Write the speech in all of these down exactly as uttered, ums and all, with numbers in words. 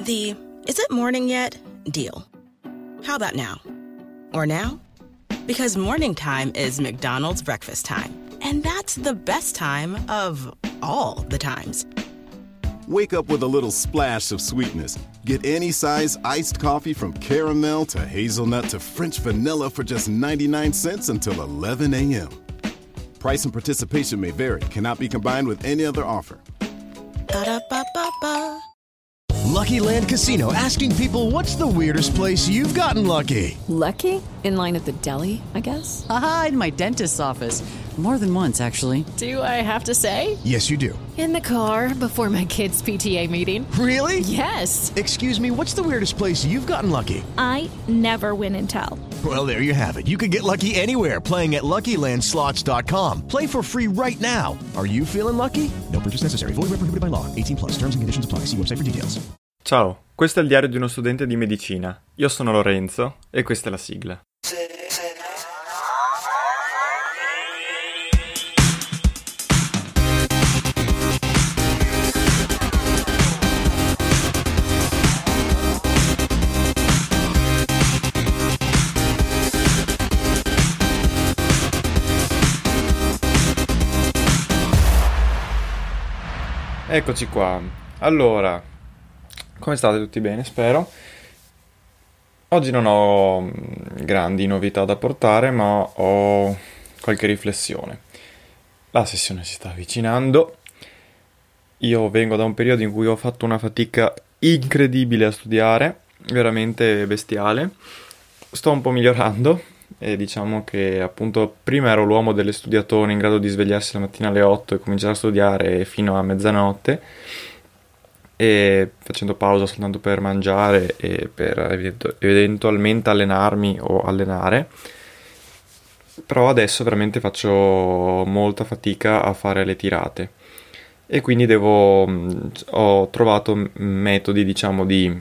The "is it morning yet" deal. How about now? Or now? Because morning time is McDonald's breakfast time. And that's the best time of all the times. Wake up with a little splash of sweetness. Get any size iced coffee from caramel to hazelnut to French vanilla for just ninety-nine cents until eleven a.m. Price and participation may vary. Cannot be combined with any other offer. Ba-da-ba-ba-ba. Lucky Land Casino, asking people, what's the weirdest place you've gotten lucky? Lucky? In line at the deli, I guess? Aha, in my dentist's office. More than once, actually. Do I have to say? Yes, you do. In the car before my kids' P T A meeting. Really? Yes. Excuse me, what's the weirdest place you've gotten lucky? I never win and tell. Well, there you have it. You can get lucky anywhere, playing at Lucky Land Slots dot com. Play for free right now. Are you feeling lucky? No purchase necessary. Void where prohibited by law. eighteen plus. Terms and conditions apply. See website for details. Ciao, questo è il diario di uno studente di medicina. Io sono Lorenzo e questa è la sigla. Eccoci qua. Allora, come state? Tutti bene, spero. Oggi non ho grandi novità da portare, ma ho qualche riflessione. La sessione si sta avvicinando. Io vengo da un periodo in cui ho fatto una fatica incredibile a studiare, veramente bestiale. Sto un po' migliorando e diciamo che appunto prima ero l'uomo delle studiatone in grado di svegliarsi la mattina alle otto e cominciare a studiare fino a mezzanotte, e facendo pausa soltanto per mangiare e per eventu- eventualmente allenarmi o allenare. Però adesso veramente faccio molta fatica a fare le tirate e quindi devo ho trovato metodi, diciamo, di,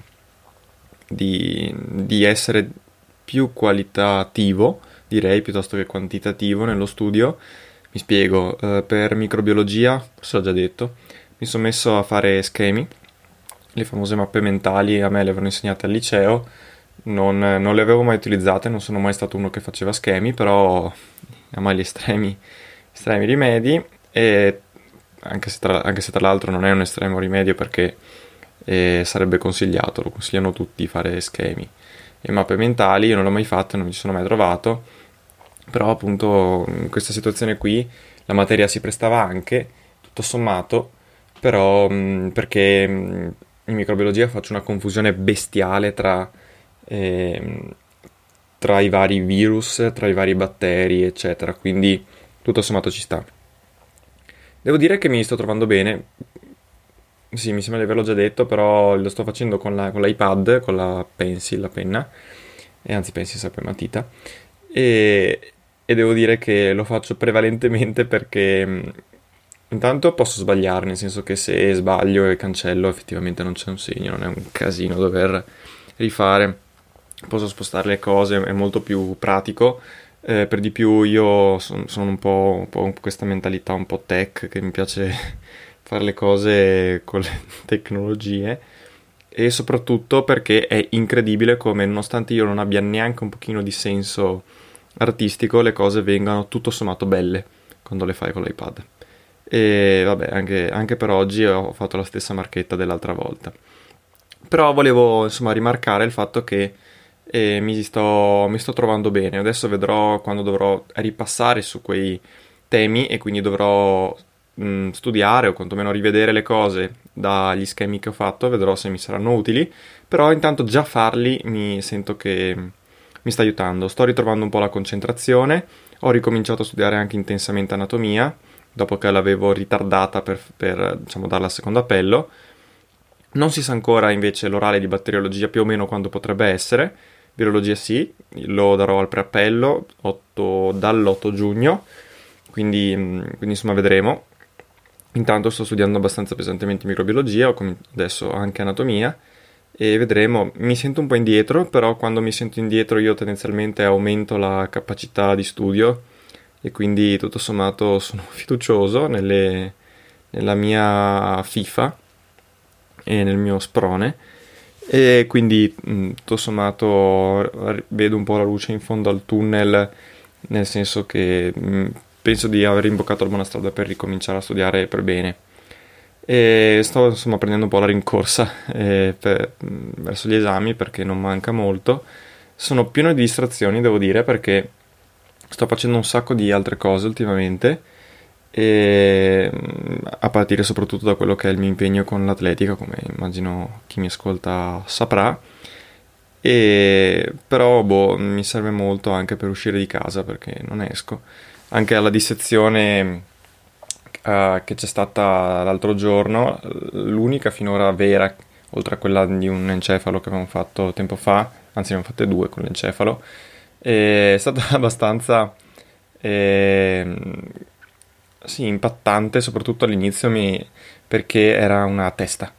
di, di essere più qualitativo, direi, piuttosto che quantitativo nello studio. Mi spiego, eh, per microbiologia, forse l'ho già detto, mi sono messo a fare schemi, le famose mappe mentali. A me le avevano insegnate al liceo, non, non le avevo mai utilizzate, non sono mai stato uno che faceva schemi, però a me gli estremi, estremi rimedi, e anche se, tra, anche se tra l'altro non è un estremo rimedio, perché eh, sarebbe consigliato, lo consigliano tutti fare schemi e mappe mentali. Io non l'ho mai fatto, non mi ci sono mai trovato, però appunto in questa situazione qui la materia si prestava anche, tutto sommato, però mh, perché mh, in microbiologia faccio una confusione bestiale tra, eh, tra i vari virus, tra i vari batteri, eccetera, quindi tutto sommato ci sta. Devo dire che mi sto trovando bene. Sì, mi sembra di averlo già detto, però lo sto facendo con, la, con l'iPad, con la Pencil, la penna, e anzi Pencil sarebbe matita, e, e devo dire che lo faccio prevalentemente perché mh, intanto posso sbagliare, nel senso che se sbaglio e cancello effettivamente non c'è un segno, non è un casino dover rifare, posso spostare le cose, è molto più pratico. Eh, per di più io son, sono un po', un po' questa mentalità un po' tech, che mi piace fare le cose con le tecnologie, e soprattutto perché è incredibile come, nonostante io non abbia neanche un pochino di senso artistico, le cose vengano tutto sommato belle quando le fai con l'iPad. E vabbè, anche, anche per oggi ho fatto la stessa marchetta dell'altra volta. Però volevo insomma rimarcare il fatto che eh, mi sto, mi sto trovando bene. Adesso vedrò quando dovrò ripassare su quei temi, e quindi dovrò mh, studiare o quantomeno rivedere le cose dagli schemi che ho fatto, vedrò se mi saranno utili. Però intanto già farli mi sento che mi sta aiutando. Sto ritrovando un po' la concentrazione, ho ricominciato a studiare anche intensamente anatomia, dopo che l'avevo ritardata per, per diciamo, darla a secondo appello. Non si sa ancora invece l'orale di batteriologia più o meno quando potrebbe essere. Virologia sì, lo darò al preappello otto dall'otto giugno, quindi, quindi insomma vedremo. Intanto sto studiando abbastanza pesantemente microbiologia, ho com- adesso anche anatomia, e vedremo. Mi sento un po' indietro, però quando mi sento indietro io tendenzialmente aumento la capacità di studio, e quindi tutto sommato sono fiducioso nelle, nella mia FIFA e nel mio sprone, e quindi mh, tutto sommato r- vedo un po' la luce in fondo al tunnel, nel senso che mh, penso di aver imboccato la buona strada per ricominciare a studiare per bene. E sto insomma prendendo un po' la rincorsa eh, per, mh, verso gli esami, perché non manca molto. Sono pieno di distrazioni, devo dire, perché sto facendo un sacco di altre cose ultimamente, e a partire soprattutto da quello che è il mio impegno con l'atletica, come immagino chi mi ascolta saprà. E però boh, mi serve molto anche per uscire di casa, perché non esco. Anche alla dissezione uh, che c'è stata l'altro giorno, l'unica finora vera, oltre a quella di un encefalo che avevamo fatto tempo fa, anzi ne abbiamo fatte due con l'encefalo, è stata abbastanza eh, sì, impattante, soprattutto all'inizio, mi, perché era una testa.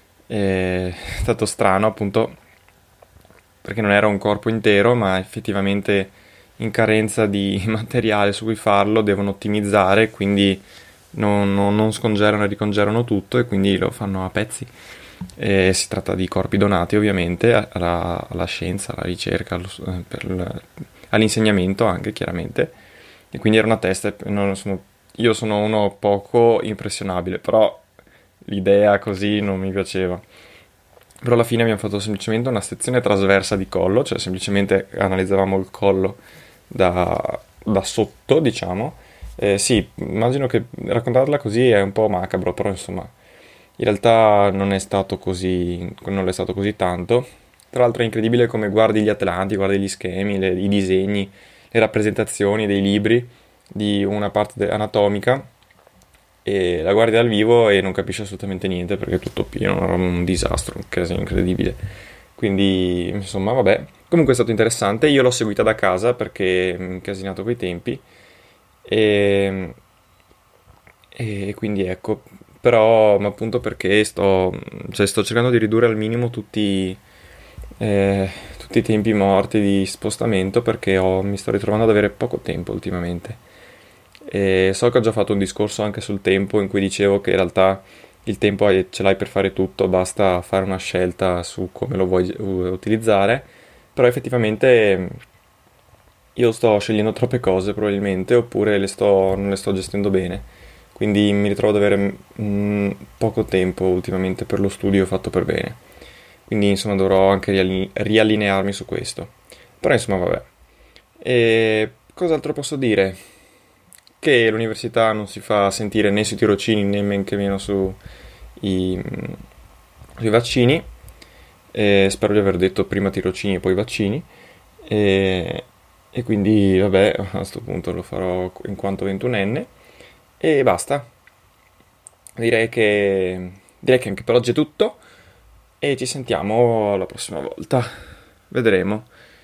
È stato strano, appunto, perché non era un corpo intero, ma effettivamente in carenza di materiale su cui farlo devono ottimizzare, quindi non, non, non scongelano e ricongelano tutto, e quindi lo fanno a pezzi. E si tratta di corpi donati, ovviamente, alla, alla scienza, alla ricerca, allo, per, all'insegnamento anche, chiaramente. E quindi era una testa. Non sono, io sono uno poco impressionabile, però l'idea così non mi piaceva. Però alla fine abbiamo fatto semplicemente una sezione trasversa di collo, cioè semplicemente analizzavamo il collo da, da sotto, diciamo. Eh, sì, immagino che raccontarla così è un po' macabro, però insomma in realtà non è stato così, non è stato così tanto. Tra l'altro è incredibile come guardi gli atlanti, guardi gli schemi, le, i disegni, le rappresentazioni dei libri di una parte anatomica, e la guardi dal vivo e non capisci assolutamente niente, perché è tutto pieno, era un disastro, un casino incredibile. Quindi insomma vabbè, comunque è stato interessante. Io l'ho seguita da casa perché mi ho incasinato coi tempi, e, e quindi ecco. Però ma appunto perché sto, cioè, sto cercando di ridurre al minimo tutti, eh, tutti i tempi morti di spostamento, perché ho, mi sto ritrovando ad avere poco tempo ultimamente. E so che ho già fatto un discorso anche sul tempo, in cui dicevo che in realtà il tempo ce l'hai per fare tutto, basta fare una scelta su come lo vuoi utilizzare. Però effettivamente io sto scegliendo troppe cose probabilmente, oppure le sto, non le sto gestendo bene. Quindi mi ritrovo ad avere mh, poco tempo ultimamente per lo studio fatto per bene. Quindi insomma dovrò anche rialline- riallinearmi su questo. Però insomma vabbè. E cos'altro posso dire? Che l'università non si fa sentire né sui tirocini né men che meno su i, sui vaccini. E spero di aver detto prima tirocini e poi vaccini. E, e quindi vabbè, a questo punto lo farò in quanto ventunenne. E basta. Direi che direi che anche per oggi è tutto, e ci sentiamo la prossima volta. Vedremo.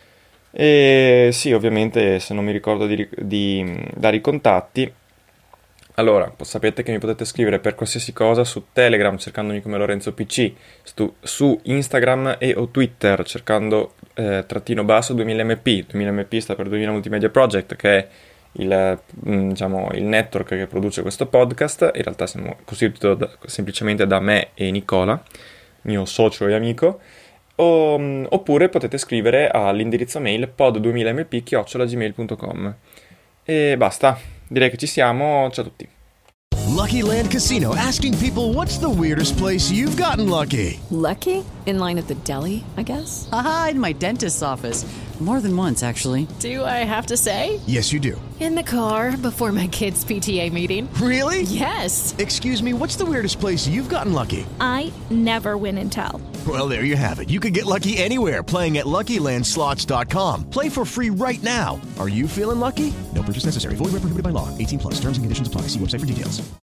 E sì, ovviamente, se non mi ricordo di, di dare i contatti, allora sapete che mi potete scrivere per qualsiasi cosa su Telegram cercandomi come Lorenzo P C, su, su Instagram e o Twitter cercando eh, trattino basso duemila M P. duemila M P sta per duemila Multimedia Project, che è il, diciamo, il network che produce questo podcast. In realtà siamo costituito da, semplicemente da me e Nicola, mio socio e amico. O, oppure potete scrivere all'indirizzo mail pod duemila m p chiocciola gmail punto com. E basta, direi che ci siamo. Ciao a tutti. Lucky Land Casino, asking people, what's the weirdest place you've gotten lucky? Lucky? In line at the deli, I guess? Aha, in my dentist's office. More than once, actually. Do I have to say? Yes, you do. In the car before my kids' P T A meeting. Really? Yes. Excuse me, what's the weirdest place you've gotten lucky? I never win and tell. Well, there you have it. You can get lucky anywhere, playing at Lucky Land Slots dot com. Play for free right now. Are you feeling lucky? No purchase necessary. Void where prohibited by law. eighteen plus. Terms and conditions apply. See website for details.